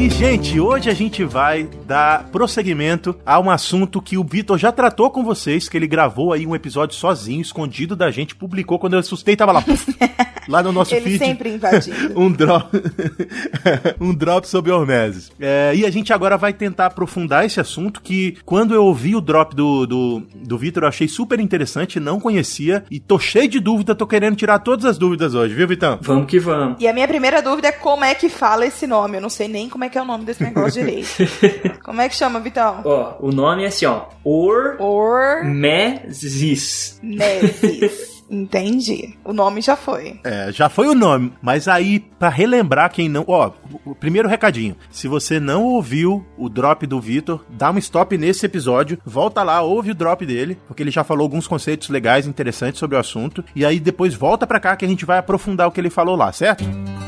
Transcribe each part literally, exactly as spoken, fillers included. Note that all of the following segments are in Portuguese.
E, gente, hoje a gente vai dar prosseguimento a um assunto que o Vitor já tratou com vocês, que ele gravou aí um episódio sozinho, escondido da gente, publicou quando eu assustei, tava lá, puf, lá no nosso ele feed. Ele sempre invadindo. um drop, um drop sobre hormeses. É, e a gente agora vai tentar aprofundar esse assunto que, quando eu ouvi o drop do, do, do Vitor, eu achei super interessante, não conhecia, e tô cheio de dúvida, tô querendo tirar todas as dúvidas hoje, viu, Vitão? Vamos que vamos. E a minha primeira dúvida é como é que fala esse nome, eu não sei nem como é que é o nome desse negócio direito. Como é que chama, Vitão? Ó, o nome é assim, ó. Or... Hormesis. Mesis. Entendi. O nome já foi. É, já foi o nome. Mas aí, pra relembrar quem não... Ó, o primeiro recadinho. Se você não ouviu o drop do Vitor, dá um stop nesse episódio, volta lá, ouve o drop dele, porque ele já falou alguns conceitos legais, interessantes sobre o assunto, e aí depois volta pra cá que a gente vai aprofundar o que ele falou lá, certo?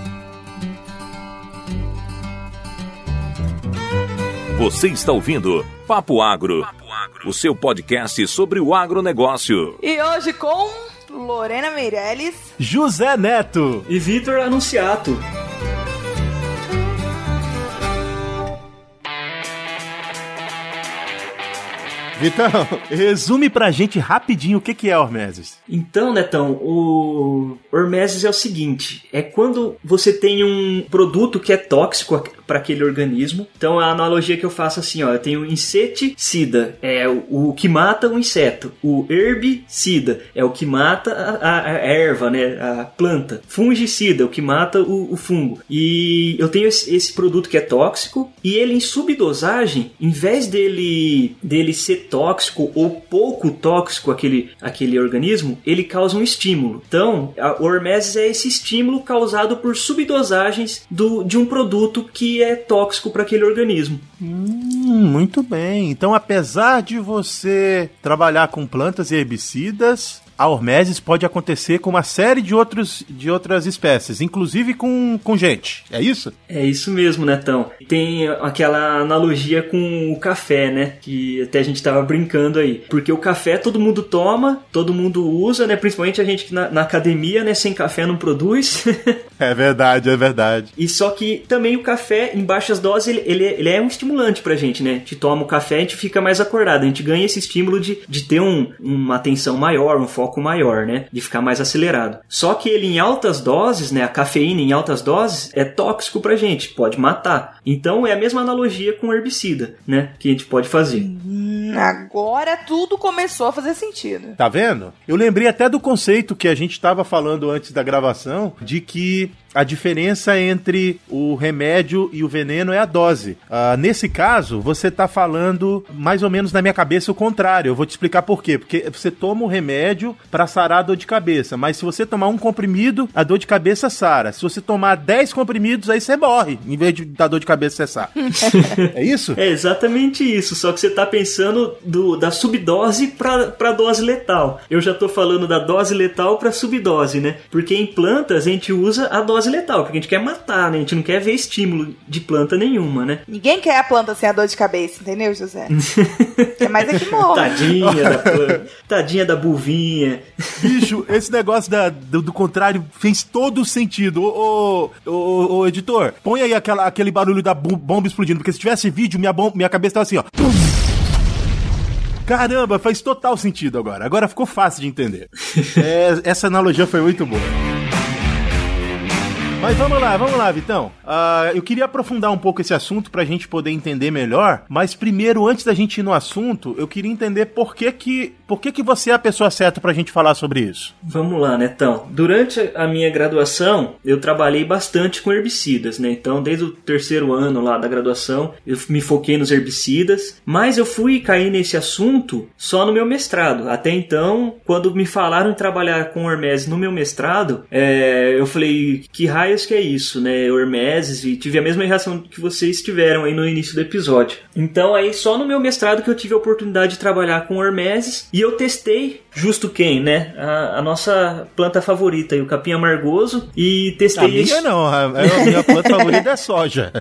Você está ouvindo Papo Agro, o seu podcast sobre o agronegócio. E hoje com Lorena Meirelles, José Neto e Vitor Anunciato. Vitão, resume pra gente rapidinho o que, que é hormeses. Então, Netão, o hormeses é o seguinte, é quando você tem um produto que é tóxico para aquele organismo. Então, a analogia que eu faço assim, ó, eu tenho inseticida, é o, o que mata o inseto. O herbicida é o que mata a, a, a erva, né, a planta. Fungicida, o que mata o, o fungo. E eu tenho esse, esse produto que é tóxico e ele em subdosagem, em vez dele, dele ser tóxico ou pouco tóxico aquele, aquele organismo, ele causa um estímulo. Então, a hormeses é esse estímulo causado por subdosagens do, de um produto que é tóxico para aquele organismo. Hum, muito bem. Então, apesar de você trabalhar com plantas e herbicidas, a hormeses pode acontecer com uma série de, outros, de outras espécies, inclusive com, com gente, é isso? É isso mesmo, Netão. Tem aquela analogia com o café, né? Que até a gente tava brincando aí. Porque o café todo mundo toma, todo mundo usa, né? Principalmente a gente que na, na academia, né? Sem café não produz. É verdade, é verdade. E só que também o café, em baixas doses, ele, ele, ele é um estimulante pra gente, né? A gente toma o café, a gente fica mais acordado. A gente ganha esse estímulo de, de ter um, uma atenção maior, um foco maior, né? De ficar mais acelerado. Só que ele em altas doses, né? A cafeína em altas doses é tóxico pra gente, pode matar. Então é a mesma analogia com o herbicida, né? Que a gente pode fazer. Hum, agora tudo começou a fazer sentido. Tá vendo? Eu lembrei até do conceito que a gente estava falando antes da gravação, de que a diferença entre o remédio e o veneno é a dose. Uh, nesse caso, você tá falando mais ou menos na minha cabeça o contrário. Eu vou te explicar por quê. Porque você toma o remédio para sarar a dor de cabeça, mas se você tomar um comprimido, a dor de cabeça sara. Se você tomar dez comprimidos, aí você morre, em vez de da dor de cabeça cessar. É isso? É exatamente isso, só que você tá pensando do, da subdose pra, pra dose letal. Eu já tô falando da dose letal pra subdose, né? Porque em plantas a gente usa a dose letal, porque a gente quer matar, né? A gente não quer ver estímulo de planta nenhuma, né? Ninguém quer a planta sem a dor de cabeça, entendeu, José? É mais é que morre. Tadinha da planta, tadinha da buvinha. Bicho, esse negócio da, do, do contrário fez todo sentido. Ô, ô, ô, ô, editor, põe aí aquela, aquele barulho da bomba explodindo, porque se tivesse vídeo, minha, bom, minha cabeça tava assim, ó. Caramba, faz total sentido agora. Agora ficou fácil de entender. É, essa analogia foi muito boa. Mas vamos lá, vamos lá, Vitão. Uh, eu queria aprofundar um pouco esse assunto pra gente poder entender melhor, mas primeiro, antes da gente ir no assunto, eu queria entender por que que, por que, que você é a pessoa certa pra gente falar sobre isso. Vamos lá, Netão. Durante a minha graduação, eu trabalhei bastante com herbicidas, né? Então, desde o terceiro ano lá da graduação, eu me foquei nos herbicidas, mas eu fui cair nesse assunto só no meu mestrado. Até então, quando me falaram em trabalhar com hormeses no meu mestrado, é, eu falei, que raio que é isso, né, hormeses, e tive a mesma reação que vocês tiveram aí no início do episódio. Então aí só no meu mestrado que eu tive a oportunidade de trabalhar com hormeses, e eu testei Justo quem, né? A, a nossa planta favorita, o capim amargoso, e testei... A minha esse... não, a, a minha planta favorita é soja.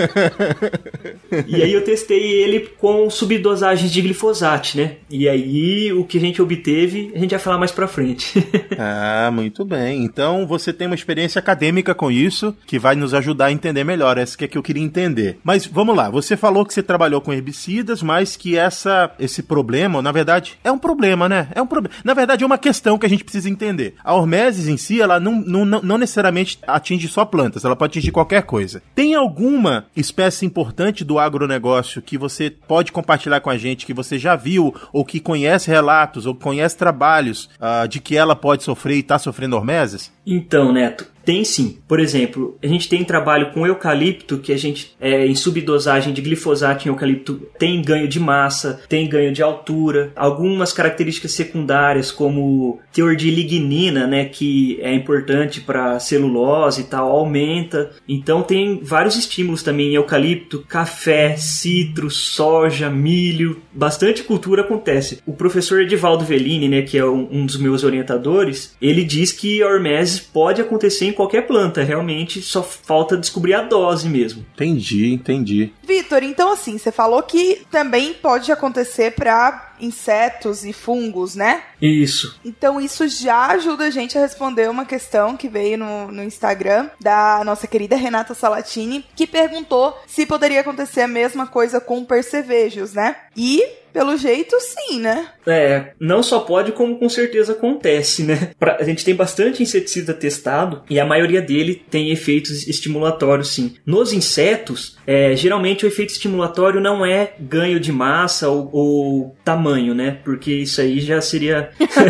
E aí eu testei ele com subdosagens de glifosato, né? E aí o que a gente obteve, a gente vai falar mais pra frente. Ah, muito bem. Então você tem uma experiência acadêmica com isso, que vai nos ajudar a entender melhor. Essa que é que eu queria entender. Mas vamos lá, você falou que você trabalhou com herbicidas, mas que essa, esse problema, na verdade, é um problema, né? É um problema. Na verdade, é uma questão que a gente precisa entender. A hormesis em si, ela não, não, não necessariamente atinge só plantas, ela pode atingir qualquer coisa. Tem alguma espécie importante do agronegócio que você pode compartilhar com a gente, que você já viu, ou que conhece relatos, ou conhece trabalhos uh, de que ela pode sofrer e está sofrendo hormesis? Então, Neto, tem sim. Por exemplo, a gente tem trabalho com eucalipto, que a gente, é, em subdosagem de glifosato em eucalipto, tem ganho de massa, tem ganho de altura, algumas características secundárias, como teor de lignina, né, que é importante para celulose e tal, aumenta. Então tem vários estímulos também em eucalipto, café, citro, soja, milho, bastante cultura acontece. O professor Edivaldo Vellini, né, que é um, um dos meus orientadores, ele diz que a hormesis pode acontecer em qualquer planta, realmente só falta descobrir a dose mesmo. Entendi, entendi. Vitor, então assim, você falou que também pode acontecer para insetos e fungos, né? Isso. Então isso já ajuda a gente a responder uma questão que veio no, no Instagram da nossa querida Renata Salatini, que perguntou se poderia acontecer a mesma coisa com percevejos, né? E pelo jeito, sim, né? É, não só pode, como com certeza acontece, né? Pra, a gente tem bastante inseticida testado e a maioria dele tem efeitos estimulatórios, sim. Nos insetos, é, geralmente o efeito estimulatório não é ganho de massa ou, ou tamanho, né? Porque isso aí já seria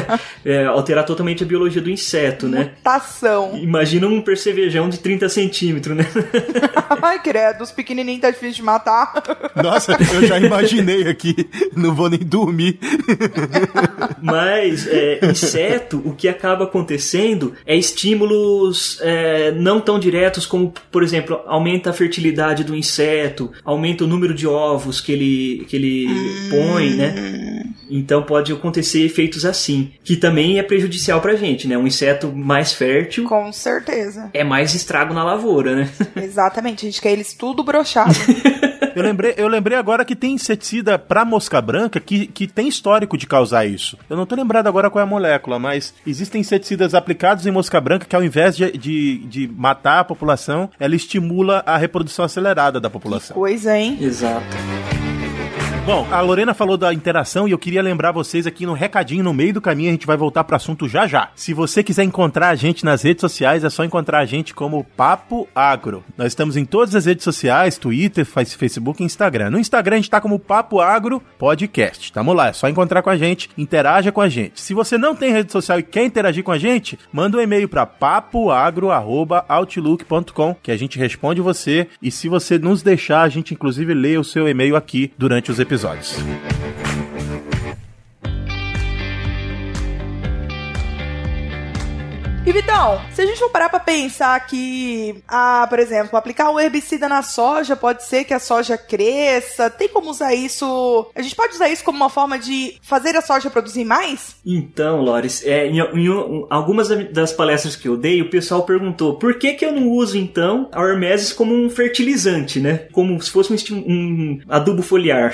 é, alterar totalmente a biologia do inseto, né? Mutação. Imagina um percevejão de trinta centímetros, né? Ai, credo, os pequenininhos tá difícil de matar. Nossa, eu já imaginei aqui. Não vou nem dormir. Mas, é, inseto, o que acaba acontecendo é estímulos é, não tão diretos como, por exemplo, aumenta a fertilidade do inseto, aumenta o número de ovos que ele, que ele hum. põe, né? Então pode acontecer efeitos assim, que também é prejudicial pra gente, né? Um inseto mais fértil... Com certeza. É mais estrago na lavoura, né? Exatamente, a gente quer eles tudo broxado. Eu lembrei, eu lembrei agora que tem inseticida pra mosca branca que, que tem histórico de causar isso. Eu não tô lembrado agora qual é a molécula, mas existem inseticidas aplicados em mosca branca que ao invés de, de, de matar a população, ela estimula a reprodução acelerada da população. Que coisa, hein? Exato. Bom, a Lorena falou da interação e eu queria lembrar vocês aqui no recadinho, no meio do caminho, a gente vai voltar pro assunto já já. Se você quiser encontrar a gente nas redes sociais, é só encontrar a gente como Papo Agro. Nós estamos em todas as redes sociais, Twitter, Facebook e Instagram. No Instagram a gente tá como Papo Agro Podcast. Tamo lá, é só encontrar com a gente, interaja com a gente. Se você não tem rede social e quer interagir com a gente, manda um e-mail para papoagro arroba outlook ponto com que a gente responde você e se você nos deixar, a gente inclusive lê o seu e-mail aqui durante os episódios. episódios. E Vitão, se a gente for parar pra pensar que, ah, por exemplo, aplicar um herbicida na soja, pode ser que a soja cresça, tem como usar isso, a gente pode usar isso como uma forma de fazer a soja produzir mais? Então, Lores, é, em, em, em algumas das palestras que eu dei, o pessoal perguntou, por que que eu não uso então a hormesis como um fertilizante, né? Como se fosse um, um adubo foliar.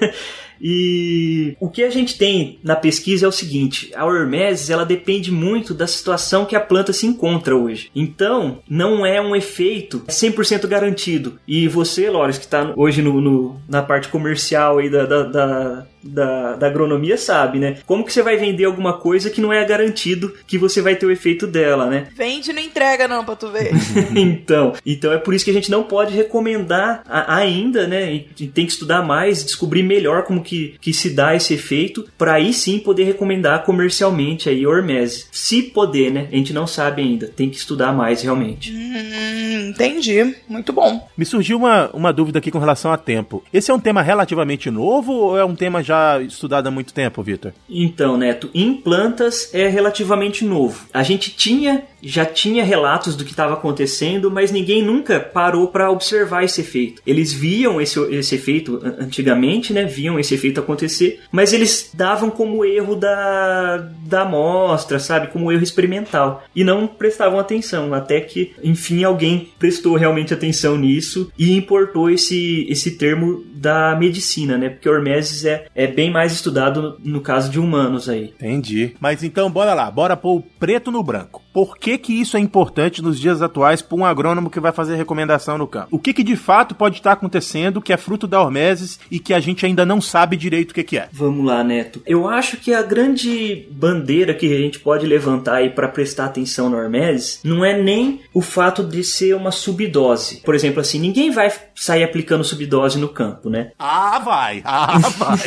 E o que a gente tem na pesquisa é o seguinte, a hormesis ela depende muito da situação que a planta se encontra hoje. Então, não é um efeito cem por cento garantido. E você, Lores, que está hoje no, no, na parte comercial aí da, da, da, da, da agronomia, sabe, né? Como que você vai vender alguma coisa que não é garantido que você vai ter o efeito dela, né? Vende e não entrega não, pra tu ver. então, então é por isso que a gente não pode recomendar a, ainda, né? E tem que estudar mais, descobrir melhor como que, que se dá esse efeito, para aí sim poder recomendar comercialmente aí a hormesis. Se poder, né? A gente não sabe ainda, tem que estudar mais realmente. Hum, entendi, muito bom. Me surgiu uma, uma dúvida aqui com relação a tempo. Esse é um tema relativamente novo ou é um tema já estudado há muito tempo, Vitor? Então, Neto, em plantas é relativamente novo. A gente tinha já tinha relatos do que estava acontecendo, mas ninguém nunca parou para observar esse efeito. Eles viam esse, esse efeito antigamente, né? Viam esse efeito acontecer, mas eles davam como erro da, da amostra, sabe? Como erro experimental. E não prestavam atenção, até que, enfim, alguém prestou realmente atenção nisso e importou esse, esse termo da medicina, né? Porque hormeses é, é bem mais estudado no, no caso de humanos aí. Entendi. Mas então, bora lá. Bora pôr o preto no branco. Por que que isso é importante nos dias atuais para um agrônomo que vai fazer recomendação no campo? O que que de fato pode estar acontecendo que é fruto da hormeses e que a gente ainda não sabe direito o que que é? Vamos lá, Neto. Eu acho que a grande bandeira que a gente pode levantar aí para prestar atenção na hormeses não é nem o fato de ser uma subdose. Por exemplo, assim, ninguém vai sair aplicando subdose no campo, né? Ah, vai! Ah, vai!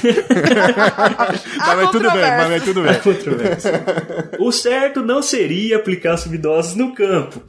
mas, mas tudo bem, mas, mas tudo bem. O certo não seria aplicar subdoses no campo.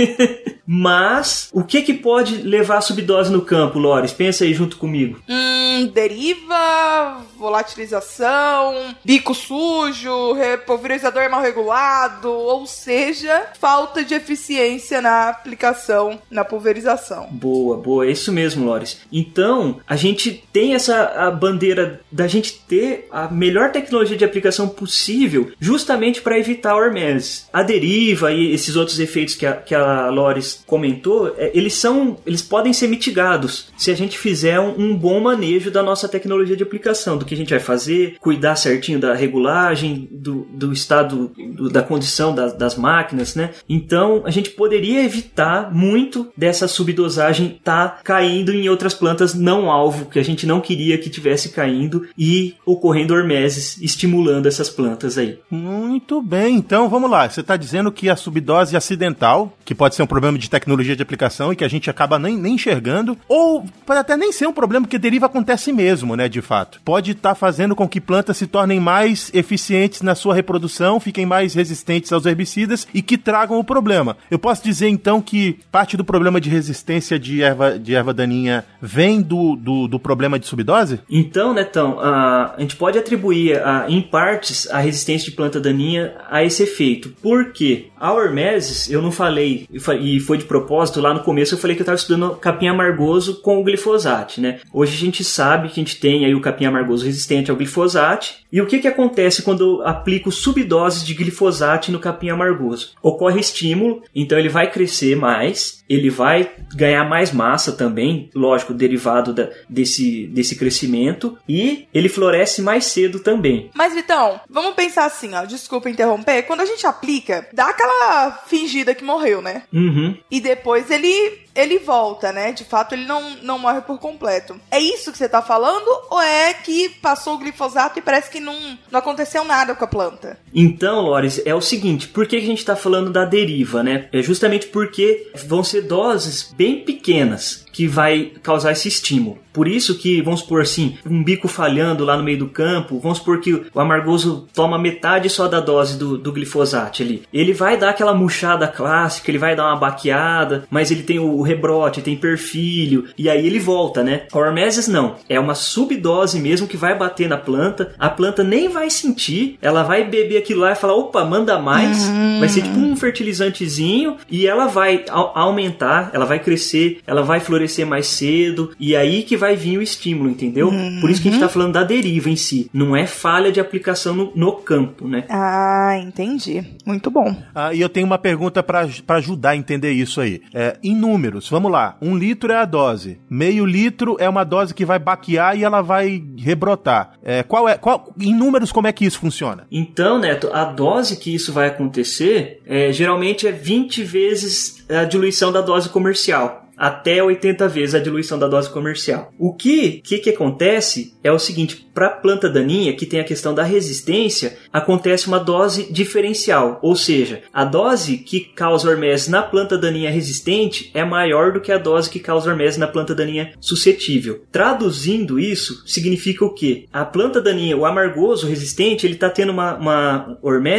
Mas, o que que pode levar a subdose no campo, Lores? Pensa aí junto comigo. Hum, deriva, volatilização, bico sujo, pulverizador mal regulado, ou seja, falta de eficiência na aplicação, na pulverização. Boa, boa, é isso mesmo, Lores. Então, a gente tem essa a bandeira da gente ter a melhor tecnologia de aplicação possível justamente para evitar a hormeses. A deriva e esses outros efeitos que a, que a Lores comentou, eles são, eles podem ser mitigados se a gente fizer um, um bom manejo da nossa tecnologia de aplicação, do que a gente vai fazer, cuidar certinho da regulagem, do, do estado, do, da condição das, das máquinas, né? Então, a gente poderia evitar muito dessa subdosagem tá caindo em outras plantas não alvo, que a gente não queria que tivesse caindo e ocorrendo hormeses, estimulando essas plantas aí. Muito bem, então vamos lá. Você está dizendo que a subdose acidental, que pode ser um problema de tecnologia de aplicação e que a gente acaba nem, nem enxergando, ou pode até nem ser um problema, porque deriva acontece mesmo, né, de fato. Pode estar tá fazendo com que plantas se tornem mais eficientes na sua reprodução, fiquem mais resistentes aos herbicidas e que tragam o problema. Eu posso dizer, então, que parte do problema de resistência de erva, de erva daninha vem do, do, do problema de subdose? Então, Netão, a, a gente pode atribuir, a, em partes, a resistência de planta daninha a esse efeito. Por quê? A hormeses, eu não falei, e foi de propósito, lá no começo eu falei que eu estava estudando capim amargoso com o glifosato, né? Hoje a gente sabe que a gente tem aí o capim amargoso resistente ao glifosato. E o que que acontece quando eu aplico subdoses de glifosato no capim amargoso? Ocorre estímulo, então ele vai crescer mais, ele vai ganhar mais massa também, lógico, derivado da, desse, desse crescimento, e ele floresce mais cedo também. Mas, Vitão, vamos pensar assim, ó, desculpa interromper, quando a gente aplica, dá aquela fingida que morreu, né? Uhum. E depois ele... ele volta, né? De fato, ele não, não morre por completo. É isso que você tá falando? Ou é que passou o glifosato e parece que não, não aconteceu nada com a planta? Então, Lores, é o seguinte, por que a gente tá falando da deriva, né? É justamente porque vão ser doses bem pequenas que vai causar esse estímulo. Por isso que, vamos supor assim, um bico falhando lá no meio do campo, vamos supor que o amargoso toma metade só da dose do, do glifosato ali. Ele vai dar aquela murchada clássica, ele vai dar uma baqueada, mas ele tem o rebrote, tem perfilho, e aí ele volta, né? A hormeses não, é uma subdose mesmo que vai bater na planta, a planta nem vai sentir, ela vai beber aquilo lá e falar, opa, manda mais, hum. vai ser tipo um fertilizantezinho, e ela vai a- aumentar, ela vai crescer, ela vai florescer mais cedo, e aí que vai vir o estímulo, entendeu? Uhum. Por isso que a gente tá falando da deriva em si, não é falha de aplicação no, no campo, né? Ah, entendi. Muito bom. Ah, e eu tenho uma pergunta pra, pra ajudar a entender isso aí. É, em números, vamos lá, um litro é a dose, meio litro é uma dose que vai baquear e ela vai rebrotar. É, qual é, qual, em números, como é que isso funciona? Então, Neto, a dose que isso vai acontecer, é, geralmente é vinte vezes a diluição da dose comercial. Até oitenta vezes a diluição da dose comercial. O que, que, que acontece é o seguinte, para a planta daninha, que tem a questão da resistência, acontece uma dose diferencial, ou seja, a dose que causa hormeses na planta daninha resistente é maior do que a dose que causa hormeses na planta daninha suscetível. Traduzindo isso, significa o quê? A planta daninha, o amargoso resistente, ele está tendo uma, uma hormeses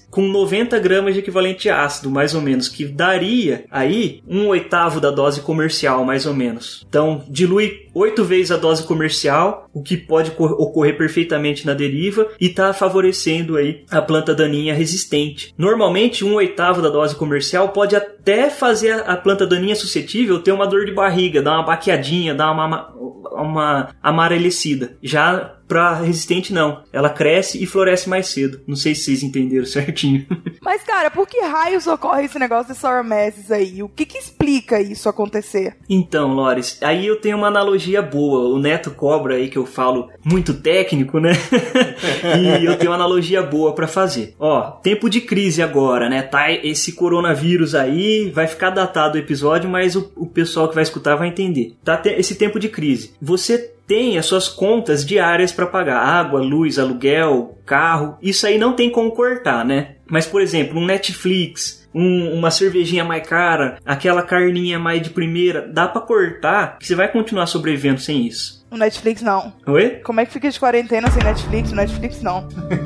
com noventa gramas de equivalente ácido, mais ou menos, que daria aí um oitavo da dose comercial, mais ou menos. Então, dilui oito vezes a dose comercial, o que pode ocorrer perfeitamente na deriva e está favorecendo aí a planta daninha resistente. Normalmente, um oitavo da dose comercial pode até fazer a planta daninha suscetível ter uma dor de barriga, dar uma baqueadinha, dar uma, uma amarelecida. Já para resistente, não. Ela cresce e floresce mais cedo. Não sei se vocês entenderam certinho. Mas, cara, por que raios ocorre esse negócio de sour messes aí? O que que explica isso acontecer? Então, Lores, aí eu tenho uma analogia boa. O Neto cobra aí que eu falo muito técnico, né? E eu tenho uma analogia boa para fazer. Ó, tempo de crise agora, né? Tá esse coronavírus aí, vai ficar datado o episódio, mas o, o pessoal que vai escutar vai entender. Tá te- esse tempo de crise. Você tem as suas contas diárias para pagar. Água, luz, aluguel, carro. Isso aí não tem como cortar, né? Mas, por exemplo, um Netflix, um, uma cervejinha mais cara, aquela carninha mais de primeira, dá pra cortar, que você vai continuar sobrevivendo sem isso. O Netflix não. Oi? Como é que fica de quarentena sem Netflix? O Netflix não.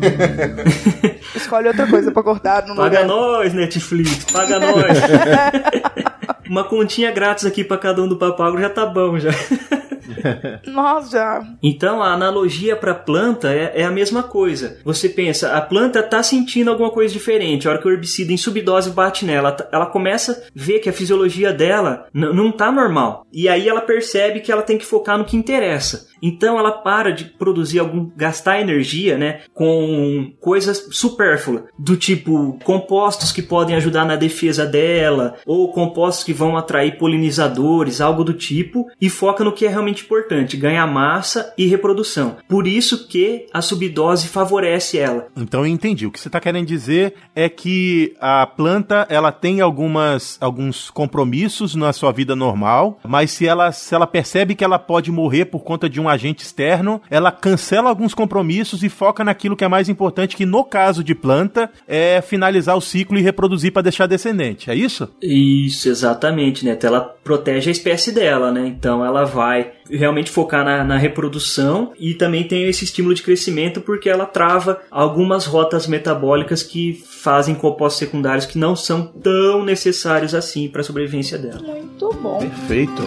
Escolhe outra coisa pra cortar. No paga lugar. nós, Netflix, paga nós. Uma continha grátis aqui pra cada um do Papo Agro já tá bom, já. Nossa, já. Então a analogia para a planta é, é a mesma coisa. Você pensa, a planta está sentindo alguma coisa diferente. A hora que o herbicida em subdose bate nela, ela começa a ver que a fisiologia dela n- não está normal. E aí ela percebe que ela tem que focar no que interessa. Então ela para de produzir algum, gastar energia, né, com coisas supérfluas, do tipo compostos que podem ajudar na defesa dela, ou compostos que vão atrair polinizadores, algo do tipo, e foca no que é realmente importante, ganhar massa e reprodução. Por isso que a subdose favorece ela. Então eu entendi. O que você está querendo dizer é que a planta ela tem algumas, alguns compromissos na sua vida normal, mas se ela, se ela percebe que ela pode morrer por conta de um agente externo, ela cancela alguns compromissos e foca naquilo que é mais importante, que no caso de planta é finalizar o ciclo e reproduzir para deixar descendente. É isso? Isso, exatamente, né? Ela protege a espécie dela, né? Então ela vai realmente focar na, na reprodução e também tem esse estímulo de crescimento porque ela trava algumas rotas metabólicas que fazem compostos secundários que não são tão necessários assim para a sobrevivência dela. Muito bom. Perfeito.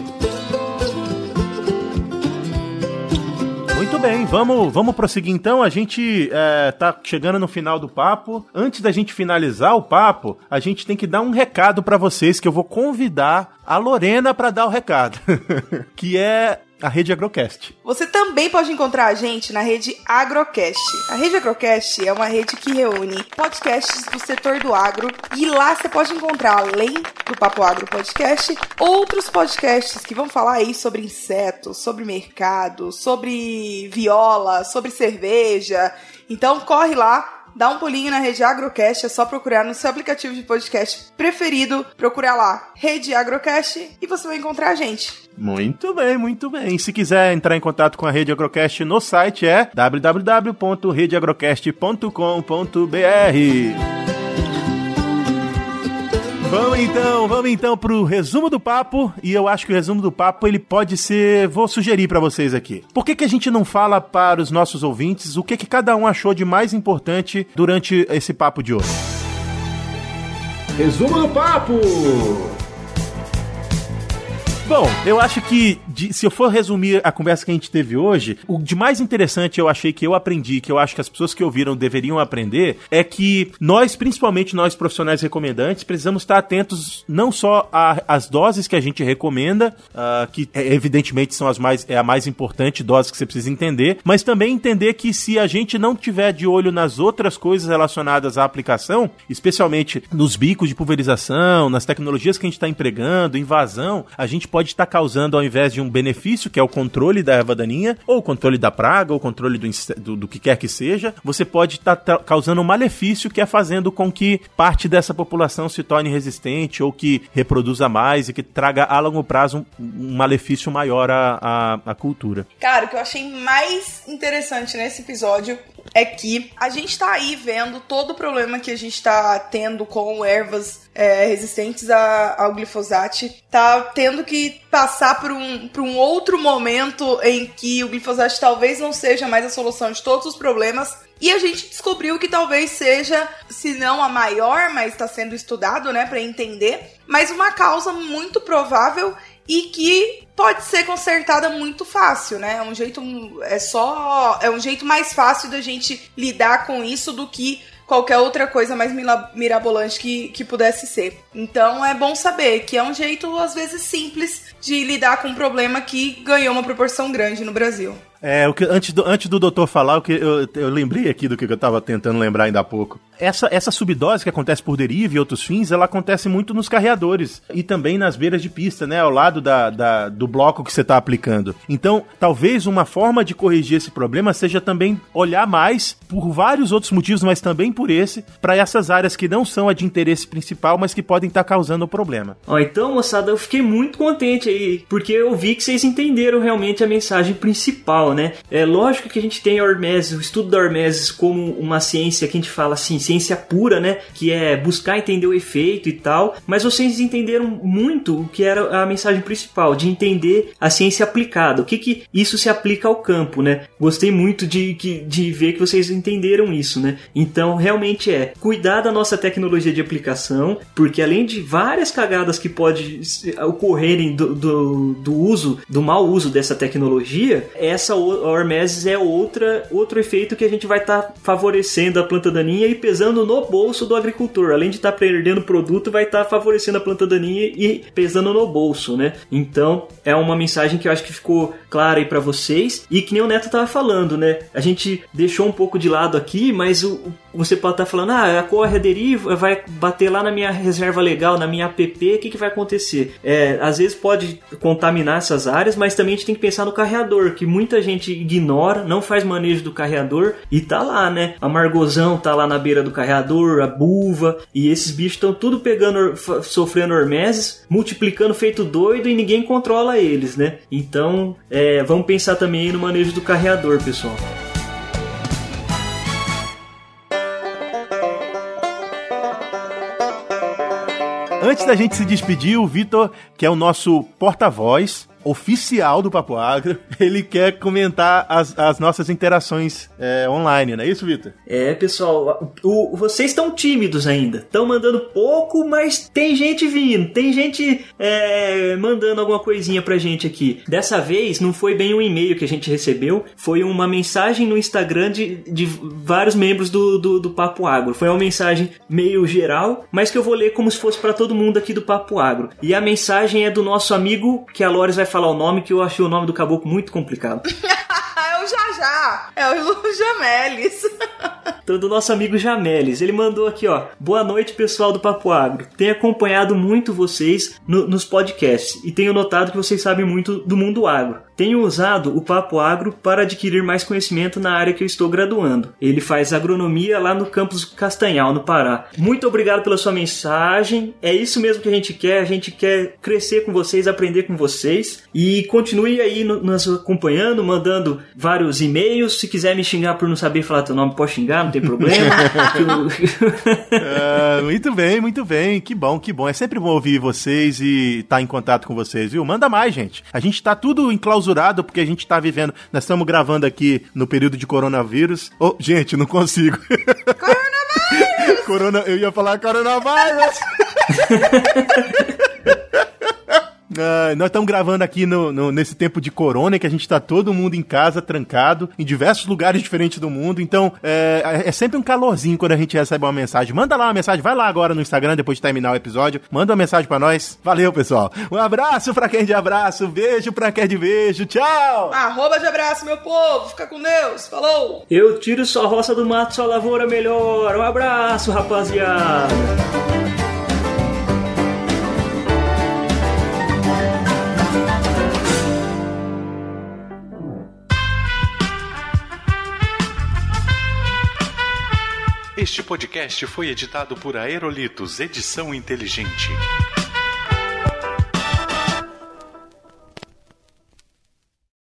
Muito bem, vamos, vamos prosseguir então. A gente é, tá chegando no final do papo. Antes da gente finalizar o papo, a gente tem que dar um recado para vocês, que eu vou convidar a Lorena para dar o recado, que é a Rede Agrocast. Você também pode encontrar a gente na Rede Agrocast. A Rede Agrocast é uma rede que reúne podcasts do setor do agro e lá você pode encontrar, além do Papo Agro Podcast, outros podcasts que vão falar aí sobre insetos, sobre mercado, sobre viola, sobre cerveja. Então corre lá. Dá um pulinho na Rede Agrocast, é só procurar no seu aplicativo de podcast preferido, procurar lá Rede Agrocast e você vai encontrar a gente. Muito bem, muito bem. Se quiser entrar em contato com a Rede Agrocast no site é w w w ponto rede agrocast ponto com ponto b r. Vamos então, vamos então pro resumo do papo, e eu acho que o resumo do papo ele pode ser, vou sugerir pra vocês aqui. Por que que a gente não fala para os nossos ouvintes o que que cada um achou de mais importante durante esse papo de hoje? Resumo do papo! Bom, eu acho que, de, se eu for resumir a conversa que a gente teve hoje, o de mais interessante eu achei que eu aprendi, que eu acho que as pessoas que ouviram deveriam aprender, é que nós, principalmente nós profissionais recomendantes, precisamos estar atentos não só às doses que a gente recomenda, uh, que evidentemente são as mais, é a mais importante dose que você precisa entender, mas também entender que se a gente não tiver de olho nas outras coisas relacionadas à aplicação, especialmente nos bicos de pulverização, nas tecnologias que a gente está empregando, invasão, a gente pode estar causando, ao invés de um benefício, que é o controle da erva daninha, ou o controle da praga, ou o controle do, do, do que quer que seja, você pode estar tá causando um malefício que é fazendo com que parte dessa população se torne resistente, ou que reproduza mais e que traga a longo prazo um, um malefício maior à, à, à cultura. Cara, o que eu achei mais interessante nesse episódio é que a gente tá aí vendo todo o problema que a gente tá tendo com ervas é, resistentes a, ao glifosato, tá tendo que passar por um, por um outro momento em que o glifosato talvez não seja mais a solução de todos os problemas. E a gente descobriu que talvez seja, se não a maior, mas está sendo estudado, né, para entender, mas uma causa muito provável e que pode ser consertada muito fácil, né? É um jeito, é só, é um jeito mais fácil da gente lidar com isso do que qualquer outra coisa mais mirabolante que, que pudesse ser. Então é bom saber que é um jeito, às vezes, simples de lidar com um problema que ganhou uma proporção grande no Brasil. É, o que, antes, do, antes do doutor falar, o que eu, eu lembrei aqui do que eu estava tentando lembrar ainda há pouco. Essa, essa subdose que acontece por deriva e outros fins, ela acontece muito nos carreadores e também nas beiras de pista, né, ao lado da, da, do bloco que você está aplicando. Então, talvez uma forma de corrigir esse problema seja também olhar mais por vários outros motivos, mas também por esse, para essas áreas que não são a de interesse principal, mas que podem estar tá causando o problema. Ó, então, moçada, eu fiquei muito contente aí, porque eu vi que vocês entenderam realmente a mensagem principal, né? É lógico que a gente tem a hormesis, o estudo da hormesis como uma ciência que a gente fala assim, ciência pura, né? Que é buscar entender o efeito e tal, mas vocês entenderam muito o que era a mensagem principal, de entender a ciência aplicada, o que que isso se aplica ao campo, né? Gostei muito de, de ver que vocês entenderam isso, né? Então, realmente é cuidar da nossa tecnologia de aplicação, porque além de várias cagadas que podem ocorrerem do, do, do uso, do mau uso dessa tecnologia, essa a hormesis é outra, outro efeito que a gente vai estar tá favorecendo a planta daninha e pesando no bolso do agricultor. Além de estar tá perdendo produto, vai estar tá favorecendo a planta daninha e pesando no bolso, né? Então, é uma mensagem que eu acho que ficou clara aí para vocês. E que nem o Neto tava falando, né? A gente deixou um pouco de lado aqui, mas o, você pode estar tá falando, ah, corre a deriva, vai bater lá na minha reserva legal, na minha A P P, o que, que vai acontecer? É, às vezes pode contaminar essas áreas, mas também a gente tem que pensar no carreador, que muita gente ignora, não faz manejo do carreador e tá lá, né? A margozão tá lá na beira do carreador, a buva, e esses bichos estão tudo pegando, sofrendo hormesis, multiplicando feito doido e ninguém controla eles, né? Então, é, vamos pensar também no manejo do carreador, pessoal. Antes da gente se despedir, o Vitor, que é o nosso porta-voz oficial do Papo Agro, ele quer comentar as, as nossas interações é, online, não é isso, Vitor? É, pessoal, o, vocês estão tímidos ainda, estão mandando pouco, mas tem gente vindo, tem gente é, mandando alguma coisinha pra gente aqui. Dessa vez não foi bem um e-mail que a gente recebeu, foi uma mensagem no Instagram de, de vários membros do, do, do Papo Agro. Foi uma mensagem meio geral, mas que eu vou ler como se fosse pra todo mundo aqui do Papo Agro. E a mensagem é do nosso amigo, que a Lores vai falar o nome, que eu achei o nome do caboclo muito complicado. É o Jajá, é o Lu Jameles. Então, do nosso amigo Jameles, ele mandou aqui, ó: boa noite, pessoal do Papo Agro. Tenho acompanhado muito vocês no, nos podcasts e tenho notado que vocês sabem muito do mundo agro. Tenho usado o Papo Agro para adquirir mais conhecimento na área que eu estou graduando. Ele faz agronomia lá no campus Castanhal, no Pará. Muito obrigado pela sua mensagem. É isso mesmo que a gente quer. A gente quer crescer com vocês, aprender com vocês. E continue aí no, nos acompanhando, mandando vários e-mails. Se quiser me xingar por não saber falar teu nome, pode xingar, não tem problema. uh, muito bem, muito bem. Que bom, que bom. É sempre bom ouvir vocês e estar em contato com vocês, viu? Manda mais, gente. A gente tá tudo enclausurado porque a gente tá vivendo, nós estamos gravando aqui no período de coronavírus. Oh, gente, não consigo. Coronavírus! Corona, eu ia falar coronavírus. Uh, nós estamos gravando aqui no, no, nesse tempo de corona, que a gente tá todo mundo em casa, trancado, em diversos lugares diferentes do mundo, então é, é sempre um calorzinho quando a gente recebe uma mensagem. Manda lá uma mensagem, vai lá agora no Instagram, depois de terminar o episódio, manda uma mensagem pra nós. Valeu, pessoal. Um abraço pra quem é de abraço, beijo pra quem é de beijo, tchau! Arroba de abraço, meu povo, fica com Deus, falou! Eu tiro sua roça do mato, sua lavoura melhor. Um abraço, rapaziada! Este podcast foi editado por Aerolitos Edição Inteligente.